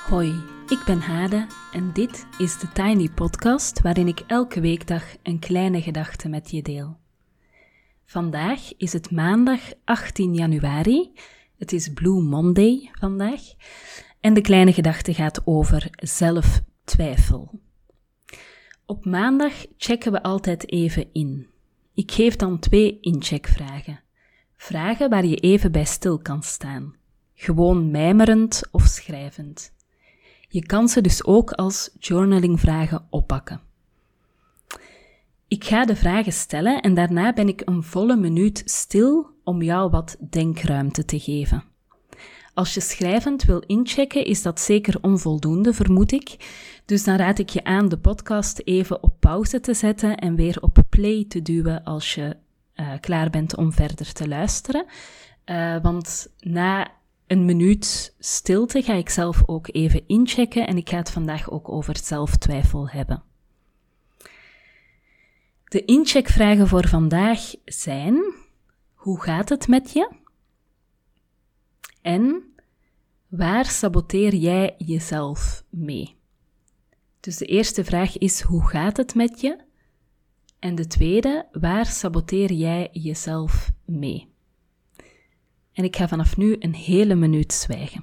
Hoi, ik ben Hade en dit is de Tiny Podcast waarin ik elke weekdag een kleine gedachte met je deel. Vandaag is het maandag 18 januari, het is Blue Monday vandaag en de kleine gedachte gaat over zelftwijfel. Op maandag checken we altijd even in. Ik geef dan 2 incheckvragen. Vragen waar je even bij stil kan staan. Gewoon mijmerend of schrijvend. Je kan ze dus ook als journalingvragen oppakken. Ik ga de vragen stellen en daarna ben ik een volle minuut stil om jou wat denkruimte te geven. Als je schrijvend wil inchecken, is dat zeker onvoldoende, vermoed ik. Dus dan raad ik je aan de podcast even op pauze te zetten en weer op play te duwen als je klaar bent om verder te luisteren. Want na een minuut stilte ga ik zelf ook even inchecken en ik ga het vandaag ook over zelftwijfel hebben. De incheckvragen voor vandaag zijn: hoe gaat het met je? En waar saboteer jij jezelf mee? Dus de eerste vraag is: hoe gaat het met je? En de tweede: waar saboteer jij jezelf mee? En ik ga vanaf nu een hele minuut zwijgen.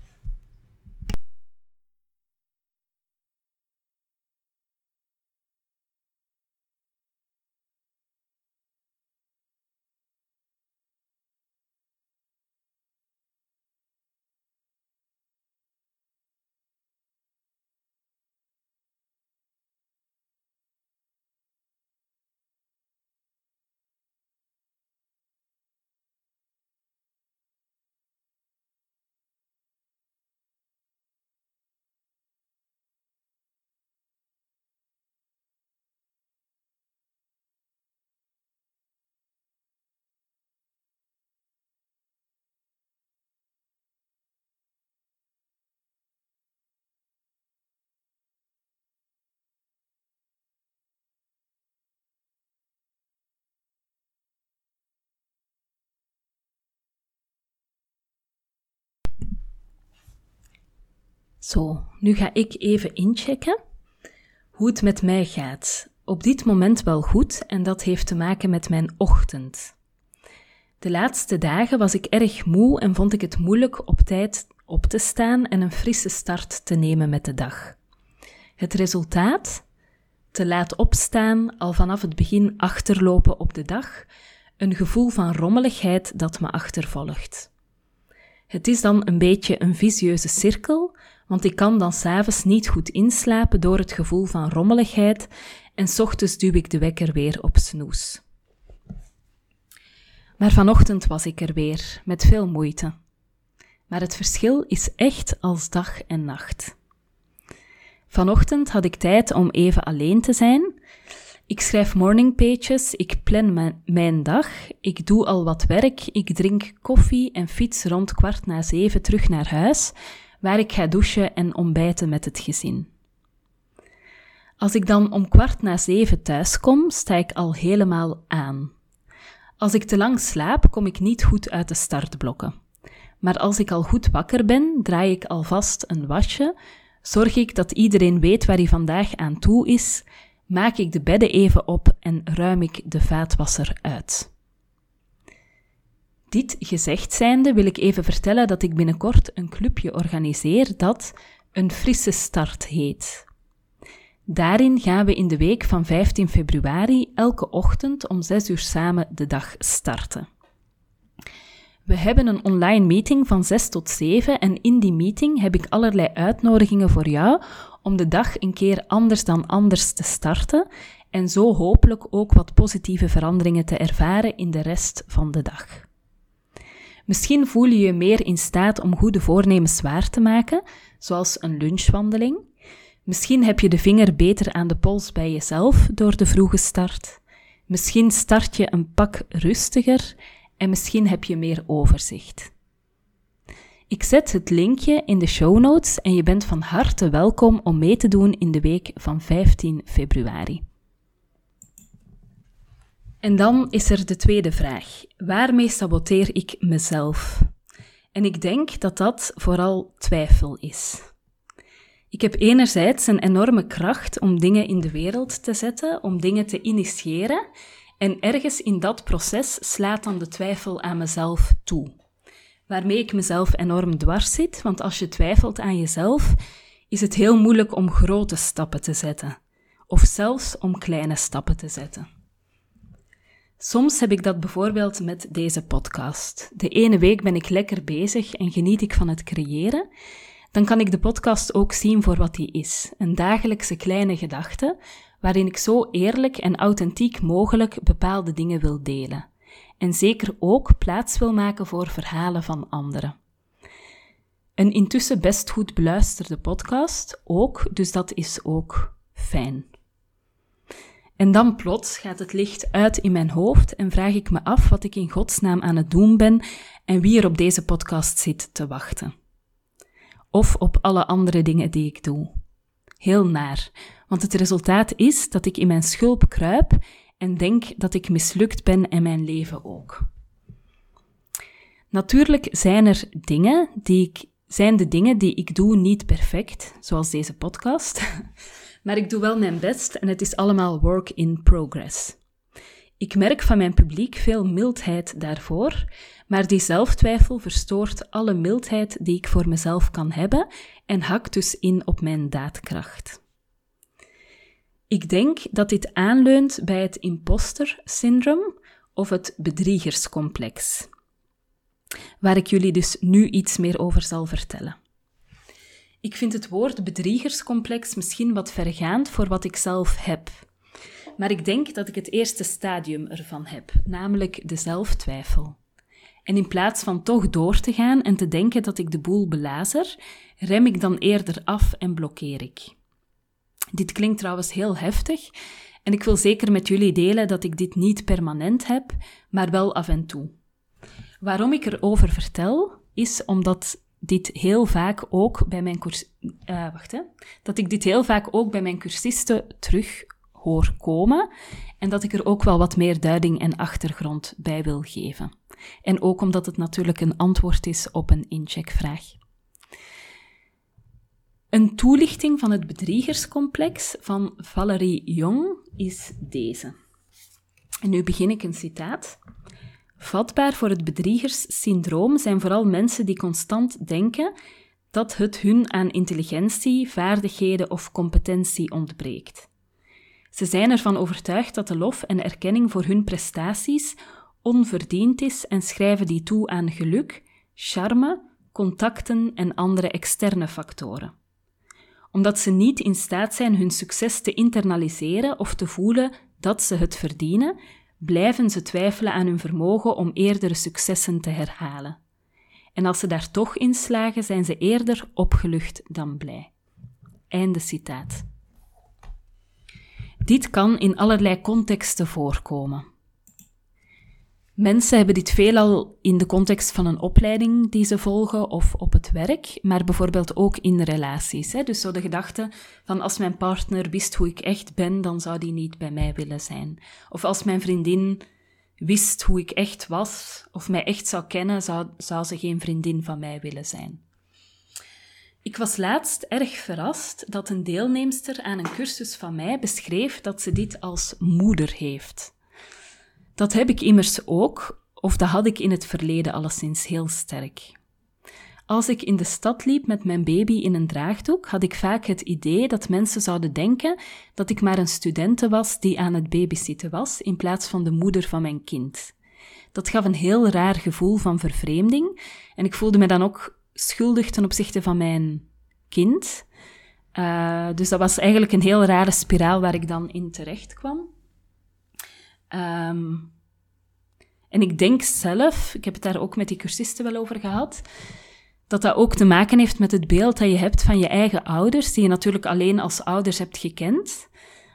Zo, nu ga ik even inchecken hoe het met mij gaat. Op dit moment wel goed en dat heeft te maken met mijn ochtend. De laatste dagen was ik erg moe en vond ik het moeilijk op tijd op te staan en een frisse start te nemen met de dag. Het resultaat? Te laat opstaan, al vanaf het begin achterlopen op de dag, een gevoel van rommeligheid dat me achtervolgt. Het is dan een beetje een vicieuze cirkel, want ik kan dan 's avonds niet goed inslapen door het gevoel van rommeligheid en 's ochtends duw ik de wekker weer op snoes. Maar vanochtend was ik er weer, met veel moeite. Maar het verschil is echt als dag en nacht. Vanochtend had ik tijd om even alleen te zijn. Ik schrijf morning pages, ik plan mijn dag, ik doe al wat werk, ik drink koffie en fiets rond 6:15 terug naar huis, waar ik ga douchen en ontbijten met het gezin. Als ik dan om 6:15 thuis kom, sta ik al helemaal aan. Als ik te lang slaap, kom ik niet goed uit de startblokken. Maar als ik al goed wakker ben, draai ik alvast een wasje, zorg ik dat iedereen weet waar hij vandaag aan toe is, maak ik de bedden even op en ruim ik de vaatwasser uit. Dit gezegd zijnde wil ik even vertellen dat ik binnenkort een clubje organiseer dat een frisse start heet. Daarin gaan we in de week van 15 februari elke ochtend om 6 uur samen de dag starten. We hebben een online meeting van 6 tot 7 en in die meeting heb ik allerlei uitnodigingen voor jou om de dag een keer anders dan anders te starten en zo hopelijk ook wat positieve veranderingen te ervaren in de rest van de dag. Misschien voel je je meer in staat om goede voornemens waar te maken, zoals een lunchwandeling. Misschien heb je de vinger beter aan de pols bij jezelf door de vroege start. Misschien start je een pak rustiger en misschien heb je meer overzicht. Ik zet het linkje in de show notes en je bent van harte welkom om mee te doen in de week van 15 februari. En dan is er de tweede vraag. Waarmee saboteer ik mezelf? En ik denk dat dat vooral twijfel is. Ik heb enerzijds een enorme kracht om dingen in de wereld te zetten, om dingen te initiëren, en ergens in dat proces slaat dan de twijfel aan mezelf toe. Waarmee ik mezelf enorm dwars zit, want als je twijfelt aan jezelf, is het heel moeilijk om grote stappen te zetten. Of zelfs om kleine stappen te zetten. Soms heb ik dat bijvoorbeeld met deze podcast. De ene week ben ik lekker bezig en geniet ik van het creëren. Dan kan ik de podcast ook zien voor wat die is. Een dagelijkse kleine gedachte, waarin ik zo eerlijk en authentiek mogelijk bepaalde dingen wil delen. En zeker ook plaats wil maken voor verhalen van anderen. Een intussen best goed beluisterde podcast ook, dus dat is ook fijn. En dan plots gaat het licht uit in mijn hoofd en vraag ik me af wat ik in godsnaam aan het doen ben en wie er op deze podcast zit te wachten. Of op alle andere dingen die ik doe. Heel naar, want het resultaat is dat ik in mijn schulp kruip en denk dat ik mislukt ben en mijn leven ook. Natuurlijk zijn de dingen die ik doe niet perfect, zoals deze podcast, maar ik doe wel mijn best en het is allemaal work in progress. Ik merk van mijn publiek veel mildheid daarvoor, maar die zelftwijfel verstoort alle mildheid die ik voor mezelf kan hebben en hakt dus in op mijn daadkracht. Ik denk dat dit aanleunt bij het imposter-syndroom of het bedriegerscomplex, waar ik jullie dus nu iets meer over zal vertellen. Ik vind het woord bedriegerscomplex misschien wat vergaand voor wat ik zelf heb. Maar ik denk dat ik het eerste stadium ervan heb, namelijk de zelftwijfel. En in plaats van toch door te gaan en te denken dat ik de boel belazer, rem ik dan eerder af en blokkeer ik. Dit klinkt trouwens heel heftig en ik wil zeker met jullie delen dat ik dit niet permanent heb, maar wel af en toe. Waarom ik erover vertel, is omdat dit heel vaak ook bij mijn cursisten terug hoor komen en dat ik er ook wel wat meer duiding en achtergrond bij wil geven. En ook omdat het natuurlijk een antwoord is op een incheckvraag. Een toelichting van het bedriegerscomplex van Valerie Jong is deze. En nu begin ik een citaat. Vatbaar voor het bedriegerssyndroom zijn vooral mensen die constant denken dat het hun aan intelligentie, vaardigheden of competentie ontbreekt. Ze zijn ervan overtuigd dat de lof en erkenning voor hun prestaties onverdiend is en schrijven die toe aan geluk, charme, contacten en andere externe factoren. Omdat ze niet in staat zijn hun succes te internaliseren of te voelen dat ze het verdienen, blijven ze twijfelen aan hun vermogen om eerdere successen te herhalen. En als ze daar toch in slagen, zijn ze eerder opgelucht dan blij. Einde citaat. Dit kan in allerlei contexten voorkomen. Mensen hebben dit veelal in de context van een opleiding die ze volgen of op het werk, maar bijvoorbeeld ook in relaties. Dus zo de gedachte van als mijn partner wist hoe ik echt ben, dan zou die niet bij mij willen zijn. Of als mijn vriendin wist hoe ik echt was of mij echt zou kennen, zou ze geen vriendin van mij willen zijn. Ik was laatst erg verrast dat een deelnemster aan een cursus van mij beschreef dat ze dit als moeder heeft. Dat heb ik immers ook, of dat had ik in het verleden alleszins heel sterk. Als ik in de stad liep met mijn baby in een draagdoek, had ik vaak het idee dat mensen zouden denken dat ik maar een studente was die aan het babysitten was, in plaats van de moeder van mijn kind. Dat gaf een heel raar gevoel van vervreemding en ik voelde me dan ook schuldig ten opzichte van mijn kind. Dus dat was eigenlijk een heel rare spiraal waar ik dan in terecht kwam. En ik denk zelf, ik heb het daar ook met die cursisten wel over gehad, dat dat ook te maken heeft met het beeld dat je hebt van je eigen ouders, die je natuurlijk alleen als ouders hebt gekend.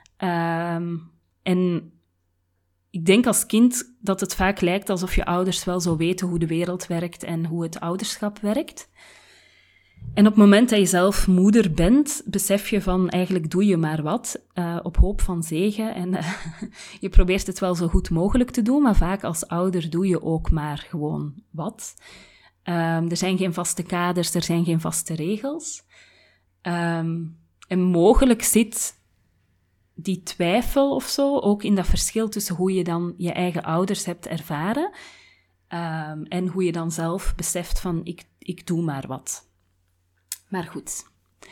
En ik denk als kind dat het vaak lijkt alsof je ouders wel zo weten hoe de wereld werkt en hoe het ouderschap werkt. En op het moment dat je zelf moeder bent, besef je van eigenlijk doe je maar wat, op hoop van zegen. En je probeert het wel zo goed mogelijk te doen, maar vaak als ouder doe je ook maar gewoon wat. Er zijn geen vaste kaders, er zijn geen vaste regels. En mogelijk zit die twijfel of zo ook in dat verschil tussen hoe je dan je eigen ouders hebt ervaren en hoe je dan zelf beseft van ik doe maar wat. Maar goed.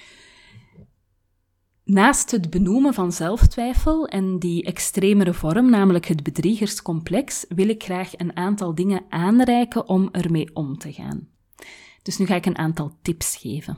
Naast het benoemen van zelftwijfel en die extremere vorm, namelijk het bedriegerscomplex, wil ik graag een aantal dingen aanreiken om ermee om te gaan. Dus nu ga ik een aantal tips geven.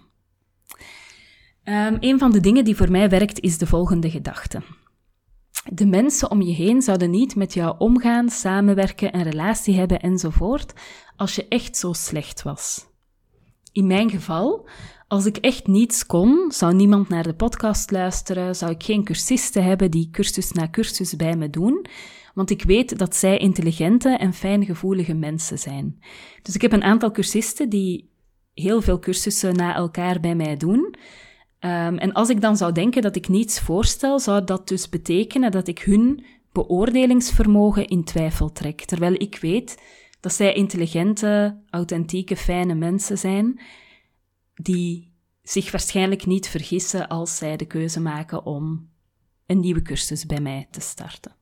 Een van de dingen die voor mij werkt is de volgende gedachte. De mensen om je heen zouden niet met jou omgaan, samenwerken, een relatie hebben enzovoort, als je echt zo slecht was. In mijn geval, als ik echt niets kon, zou niemand naar de podcast luisteren, zou ik geen cursisten hebben die cursus na cursus bij me doen, want ik weet dat zij intelligente en fijngevoelige mensen zijn. Dus ik heb een aantal cursisten die heel veel cursussen na elkaar bij mij doen. En als ik dan zou denken dat ik niets voorstel, zou dat dus betekenen dat ik hun beoordelingsvermogen in twijfel trek. Terwijl ik weet dat zij intelligente, authentieke, fijne mensen zijn, die zich waarschijnlijk niet vergissen als zij de keuze maken om een nieuwe cursus bij mij te starten.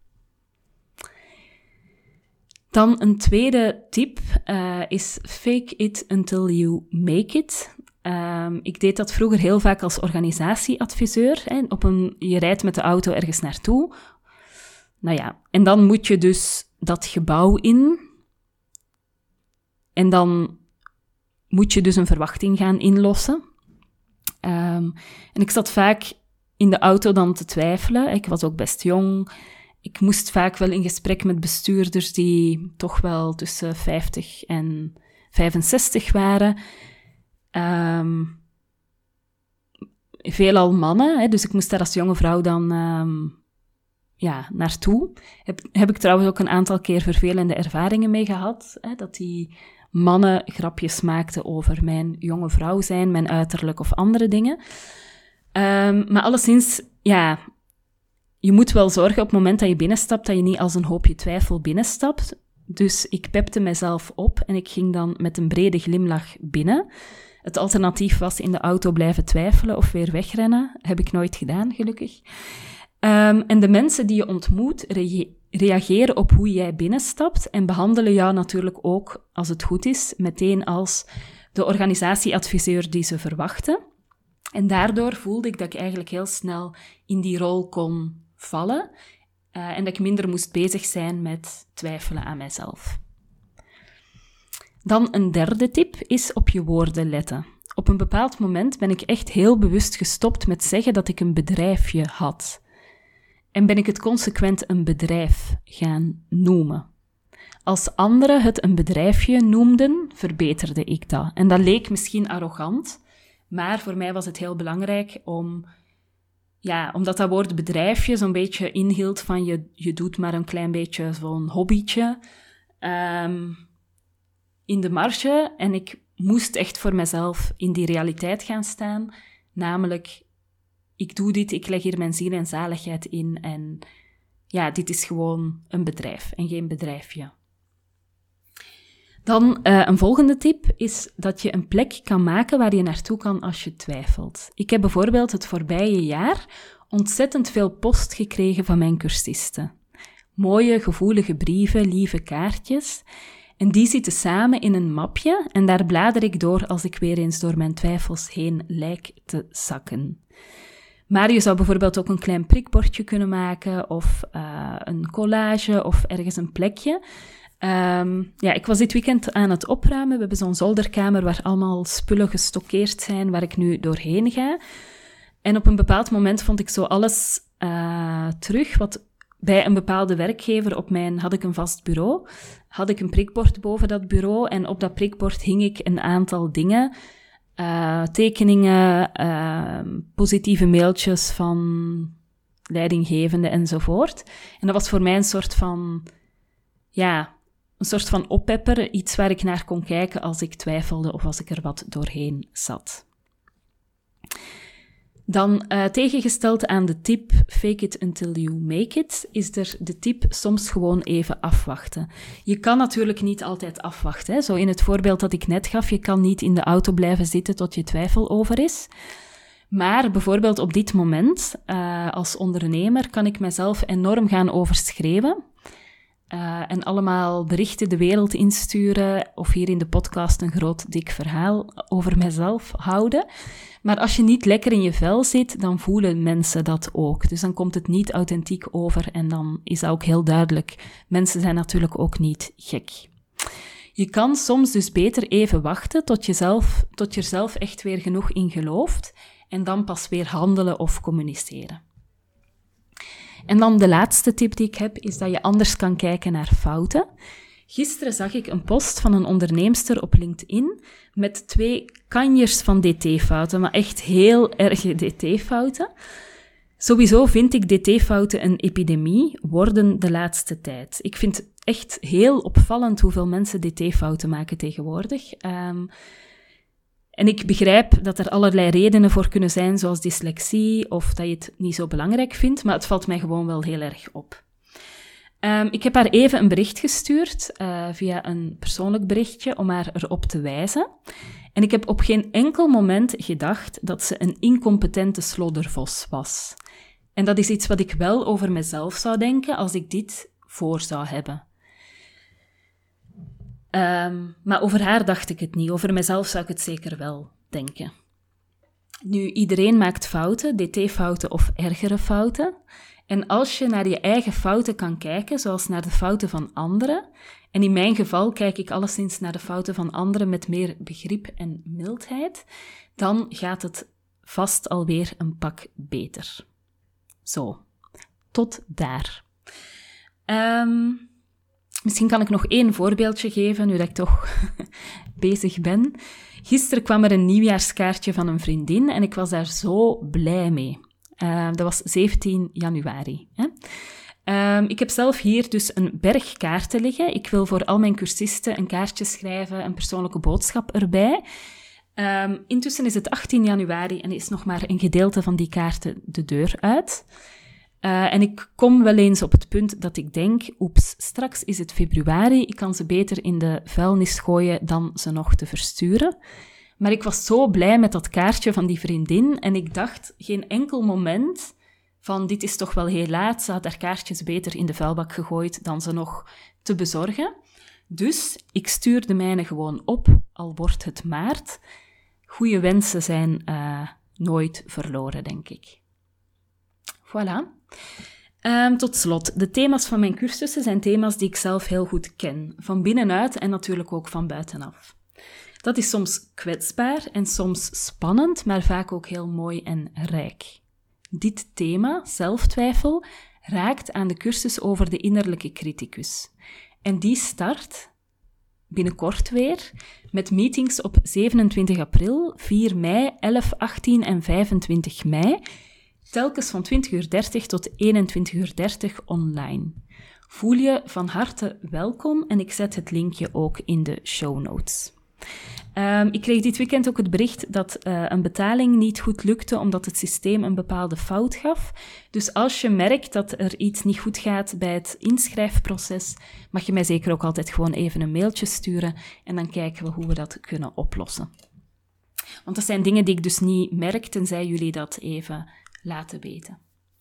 Dan een tweede tip is fake it until you make it. Ik deed dat vroeger heel vaak als organisatieadviseur. Je rijdt met de auto ergens naartoe. Nou ja, en dan moet je dus dat gebouw in. En dan moet je dus een verwachting gaan inlossen. En ik zat vaak in de auto dan te twijfelen. Ik was ook best jong. Ik moest vaak wel in gesprek met bestuurders die toch wel tussen 50 en 65 waren. Veelal mannen, dus ik moest daar als jonge vrouw dan naartoe. Heb ik trouwens ook een aantal keer vervelende ervaringen mee gehad, dat die mannen grapjes maakten over mijn jonge vrouw zijn, mijn uiterlijk of andere dingen. Maar alleszins, ja, je moet wel zorgen op het moment dat je binnenstapt, dat je niet als een hoopje twijfel binnenstapt. Dus ik pepte mezelf op en ik ging dan met een brede glimlach binnen. Het alternatief was in de auto blijven twijfelen of weer wegrennen. Heb ik nooit gedaan, gelukkig. En de mensen die je ontmoet reageren op hoe jij binnenstapt en behandelen jou natuurlijk ook, als het goed is, meteen als de organisatieadviseur die ze verwachten. En daardoor voelde ik dat ik eigenlijk heel snel in die rol kon vallen en dat ik minder moest bezig zijn met twijfelen aan mijzelf. Dan een derde tip is op je woorden letten. Op een bepaald moment ben ik echt heel bewust gestopt met zeggen dat ik een bedrijfje had. En ben ik het consequent een bedrijf gaan noemen. Als anderen het een bedrijfje noemden, verbeterde ik dat. En dat leek misschien arrogant, maar voor mij was het heel belangrijk omdat dat woord bedrijfje zo'n beetje inhield van je doet maar een klein beetje zo'n hobbytje in de marge. En ik moest echt voor mezelf in die realiteit gaan staan. Namelijk, ik doe dit, ik leg hier mijn ziel en zaligheid in. En ja, dit is gewoon een bedrijf en geen bedrijfje. Dan een volgende tip is dat je een plek kan maken waar je naartoe kan als je twijfelt. Ik heb bijvoorbeeld het voorbije jaar ontzettend veel post gekregen van mijn cursisten. Mooie, gevoelige brieven, lieve kaartjes. En die zitten samen in een mapje en daar blader ik door als ik weer eens door mijn twijfels heen lijk te zakken. Maar je zou bijvoorbeeld ook een klein prikbordje kunnen maken of een collage of ergens een plekje. Ik was dit weekend aan het opruimen. We hebben zo'n zolderkamer waar allemaal spullen gestockeerd zijn, waar ik nu doorheen ga. En op een bepaald moment vond ik zo alles terug, wat bij een bepaalde werkgever had ik een vast bureau, had ik een prikbord boven dat bureau en op dat prikbord hing ik een aantal dingen, tekeningen, positieve mailtjes van leidinggevenden enzovoort. En dat was voor mij een soort van oppepper, iets waar ik naar kon kijken als ik twijfelde of als ik er wat doorheen zat. Dan tegengesteld aan de tip fake it until you make it, is er de tip soms gewoon even afwachten. Je kan natuurlijk niet altijd afwachten. Hè? Zo in het voorbeeld dat ik net gaf, je kan niet in de auto blijven zitten tot je twijfel over is. Maar bijvoorbeeld op dit moment, als ondernemer, kan ik mezelf enorm gaan overschreeuwen. En allemaal berichten de wereld insturen of hier in de podcast een groot dik verhaal over mezelf houden. Maar als je niet lekker in je vel zit, dan voelen mensen dat ook. Dus dan komt het niet authentiek over en dan is dat ook heel duidelijk. Mensen zijn natuurlijk ook niet gek. Je kan soms dus beter even wachten tot je er zelf echt weer genoeg in gelooft en dan pas weer handelen of communiceren. En dan de laatste tip die ik heb, is dat je anders kan kijken naar fouten. Gisteren zag ik een post van een onderneemster op LinkedIn met 2 kanjers van dt-fouten, maar echt heel erge dt-fouten. Sowieso vind ik dt-fouten een epidemie worden de laatste tijd. Ik vind het echt heel opvallend hoeveel mensen dt-fouten maken tegenwoordig. En ik begrijp dat er allerlei redenen voor kunnen zijn, zoals dyslexie of dat je het niet zo belangrijk vindt, maar het valt mij gewoon wel heel erg op. Ik heb haar even een bericht gestuurd via een persoonlijk berichtje om haar erop te wijzen. En ik heb op geen enkel moment gedacht dat ze een incompetente sloddervos was. En dat is iets wat ik wel over mezelf zou denken als ik dit voor zou hebben. Maar over haar dacht ik het niet. Over mezelf zou ik het zeker wel denken. Nu, iedereen maakt fouten, dt-fouten of ergere fouten. En als je naar je eigen fouten kan kijken, zoals naar de fouten van anderen, en in mijn geval kijk ik alleszins naar de fouten van anderen met meer begrip en mildheid, dan gaat het vast alweer een pak beter. Zo, tot daar. Misschien kan ik nog 1 voorbeeldje geven, nu dat ik toch bezig ben. Gisteren kwam er een nieuwjaarskaartje van een vriendin en ik was daar zo blij mee. Dat was 17 januari. Hè? Ik heb zelf hier dus een berg kaarten liggen. Ik wil voor al mijn cursisten een kaartje schrijven, een persoonlijke boodschap erbij. Intussen is het 18 januari en is nog maar een gedeelte van die kaarten de deur uit. En ik kom wel eens op het punt dat ik denk, oeps, straks is het februari, ik kan ze beter in de vuilnis gooien dan ze nog te versturen. Maar ik was zo blij met dat kaartje van die vriendin en ik dacht geen enkel moment van dit is toch wel heel laat, ze had haar kaartjes beter in de vuilbak gegooid dan ze nog te bezorgen. Dus ik stuur de mijne gewoon op, al wordt het maart. Goeie wensen zijn nooit verloren, denk ik. Voilà. Tot slot, de thema's van mijn cursussen zijn thema's die ik zelf heel goed ken, van binnenuit en natuurlijk ook van buitenaf. Dat is soms kwetsbaar en soms spannend, maar vaak ook heel mooi en rijk. Dit thema, zelftwijfel, raakt aan de cursus over de innerlijke criticus. En die start binnenkort weer met meetings op 27 april, 4 mei, 11, 18 en 25 mei, telkens van 20:30 tot 21:30 online. Voel je van harte welkom en ik zet het linkje ook in de show notes. Ik kreeg dit weekend ook het bericht dat een betaling niet goed lukte omdat het systeem een bepaalde fout gaf. Dus als je merkt dat er iets niet goed gaat bij het inschrijfproces, mag je mij zeker ook altijd gewoon even een mailtje sturen en dan kijken we hoe we dat kunnen oplossen. Want dat zijn dingen die ik dus niet merk, tenzij jullie dat even laten weten.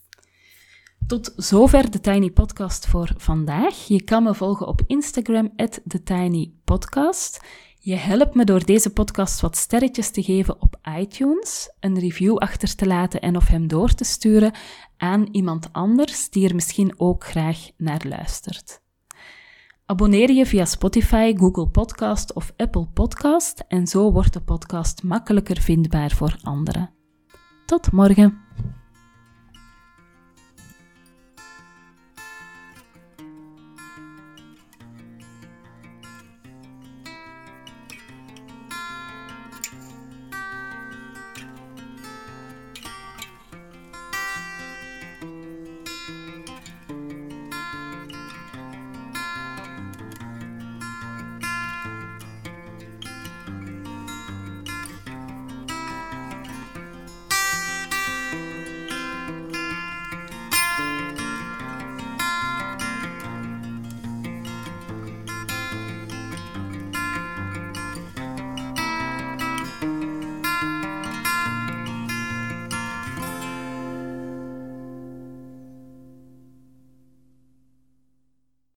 Tot zover de Tiny Podcast voor vandaag. Je kan me volgen op Instagram @thetinypodcast. Je helpt me door deze podcast wat sterretjes te geven op iTunes, een review achter te laten en of hem door te sturen aan iemand anders die er misschien ook graag naar luistert. Abonneer je via Spotify, Google Podcast of Apple Podcast en zo wordt de podcast makkelijker vindbaar voor anderen. Tot morgen!